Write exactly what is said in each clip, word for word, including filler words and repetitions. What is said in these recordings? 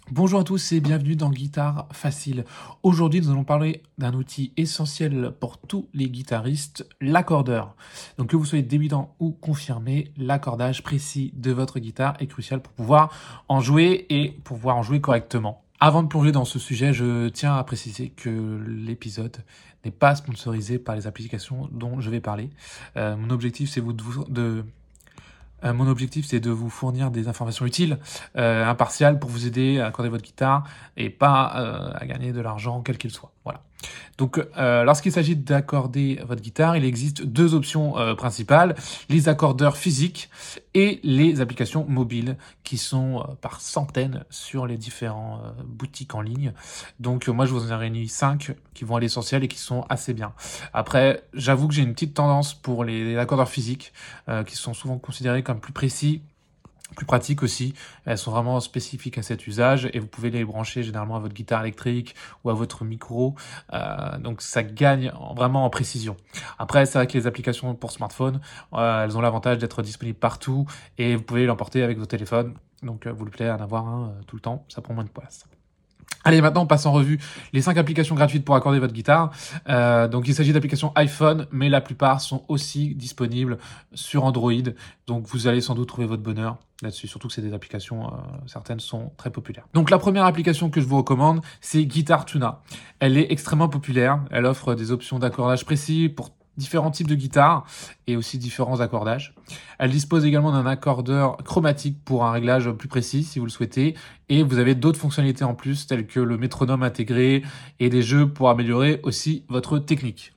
Bonjour à tous et bienvenue dans Guitare Facile. Aujourd'hui, nous allons parler d'un outil essentiel pour tous les guitaristes, l'accordeur. Donc que vous soyez débutant ou confirmé, l'accordage précis de votre guitare est crucial pour pouvoir en jouer et pouvoir en jouer correctement. Avant de plonger dans ce sujet, je tiens à préciser que l'épisode n'est pas sponsorisé par les applications dont je vais parler. Euh, mon objectif, c'est vous de, vous- de Euh, mon objectif, c'est de vous fournir des informations utiles, euh, impartiales, pour vous aider à accorder votre guitare et pas euh, à gagner de l'argent, quel qu'il soit. Voilà. Donc, euh, lorsqu'il s'agit d'accorder votre guitare, il existe deux options euh, principales, les accordeurs physiques et les applications mobiles qui sont euh, par centaines sur les différents euh, boutiques en ligne. Donc, euh, moi, je vous en ai réuni cinq qui vont à l'essentiel et qui sont assez bien. Après, j'avoue que j'ai une petite tendance pour les, les accordeurs physiques euh, qui sont souvent considérés comme plus précis, plus pratiques aussi. Elles sont vraiment spécifiques à cet usage et vous pouvez les brancher généralement à votre guitare électrique ou à votre micro. Euh, donc ça gagne en- vraiment en précision. Après, c'est vrai que les applications pour smartphone, euh, elles ont l'avantage d'être disponibles partout et vous pouvez l'emporter avec vos téléphones. Donc euh, vous le plaît à en avoir un euh, tout le temps, ça prend moins de place. Allez, maintenant, on passe en revue les cinq applications gratuites pour accorder votre guitare. Euh, donc, il s'agit d'applications iPhone, mais la plupart sont aussi disponibles sur Android. Donc, vous allez sans doute trouver votre bonheur là-dessus, surtout que c'est des applications, euh, certaines sont très populaires. Donc, la première application que je vous recommande, c'est Guitar Tuna. Elle est extrêmement populaire. Elle offre des options d'accordage précis pour différents types de guitares et aussi différents accordages. Elle dispose également d'un accordeur chromatique pour un réglage plus précis si vous le souhaitez, et vous avez d'autres fonctionnalités en plus telles que le métronome intégré et des jeux pour améliorer aussi votre technique.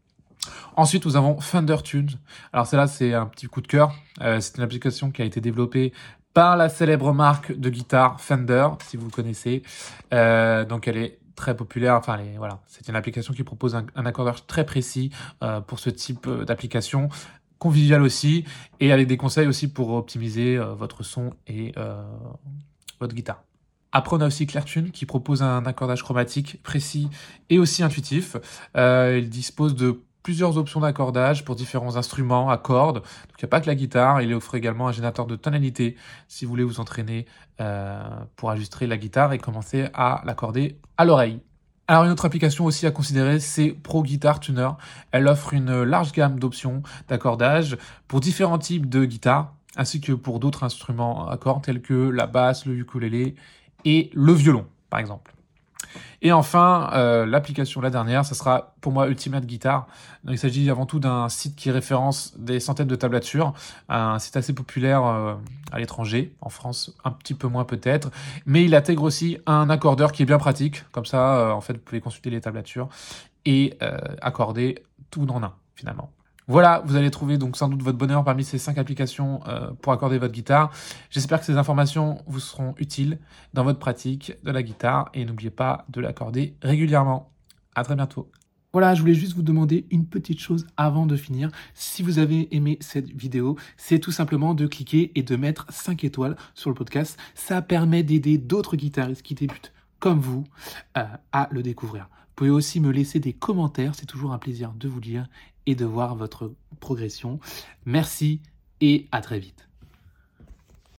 Ensuite, nous avons Fender Tunes. Alors celle-là, c'est un petit coup de cœur. Euh, c'est une application qui a été développée par la célèbre marque de guitare Fender, si vous connaissez. Euh, donc elle est très populaire. Enfin, elle est- voilà, c'est une application qui propose un, un accordage très précis euh, pour ce type euh, d'application, convivial aussi, et avec des conseils aussi pour optimiser euh, votre son et euh, votre guitare. Après, on a aussi Clairtune qui propose un accordage chromatique précis et aussi intuitif. Euh, il dispose de plusieurs options d'accordage pour différents instruments à cordes. Donc, il n'y a pas que la guitare. Il offre également un générateur de tonalité si vous voulez vous entraîner euh, pour ajuster la guitare et commencer à l'accorder à l'oreille. Alors, une autre application aussi à considérer, c'est Pro Guitar Tuner. Elle offre une large gamme d'options d'accordage pour différents types de guitares, ainsi que pour d'autres instruments à cordes tels que la basse, le ukulélé et le violon, par exemple. Et enfin, euh, l'application, la dernière, ça sera pour moi Ultimate Guitar. Donc, il s'agit avant tout d'un site qui référence des centaines de tablatures, un site assez populaire euh, à l'étranger, en France un petit peu moins peut-être, mais il intègre aussi un accordeur qui est bien pratique. Comme ça, euh, en fait, vous pouvez consulter les tablatures et euh, accorder tout en un, finalement. Voilà, vous allez trouver donc sans doute votre bonheur parmi ces cinq applications euh, pour accorder votre guitare. J'espère que ces informations vous seront utiles dans votre pratique de la guitare et n'oubliez pas de l'accorder régulièrement. À très bientôt. Voilà, je voulais juste vous demander une petite chose avant de finir. Si vous avez aimé cette vidéo, c'est tout simplement de cliquer et de mettre cinq étoiles sur le podcast. Ça permet d'aider d'autres guitaristes qui débutent comme vous euh, à le découvrir. Vous pouvez aussi me laisser des commentaires, c'est toujours un plaisir de vous lire et de voir votre progression. Merci et à très vite.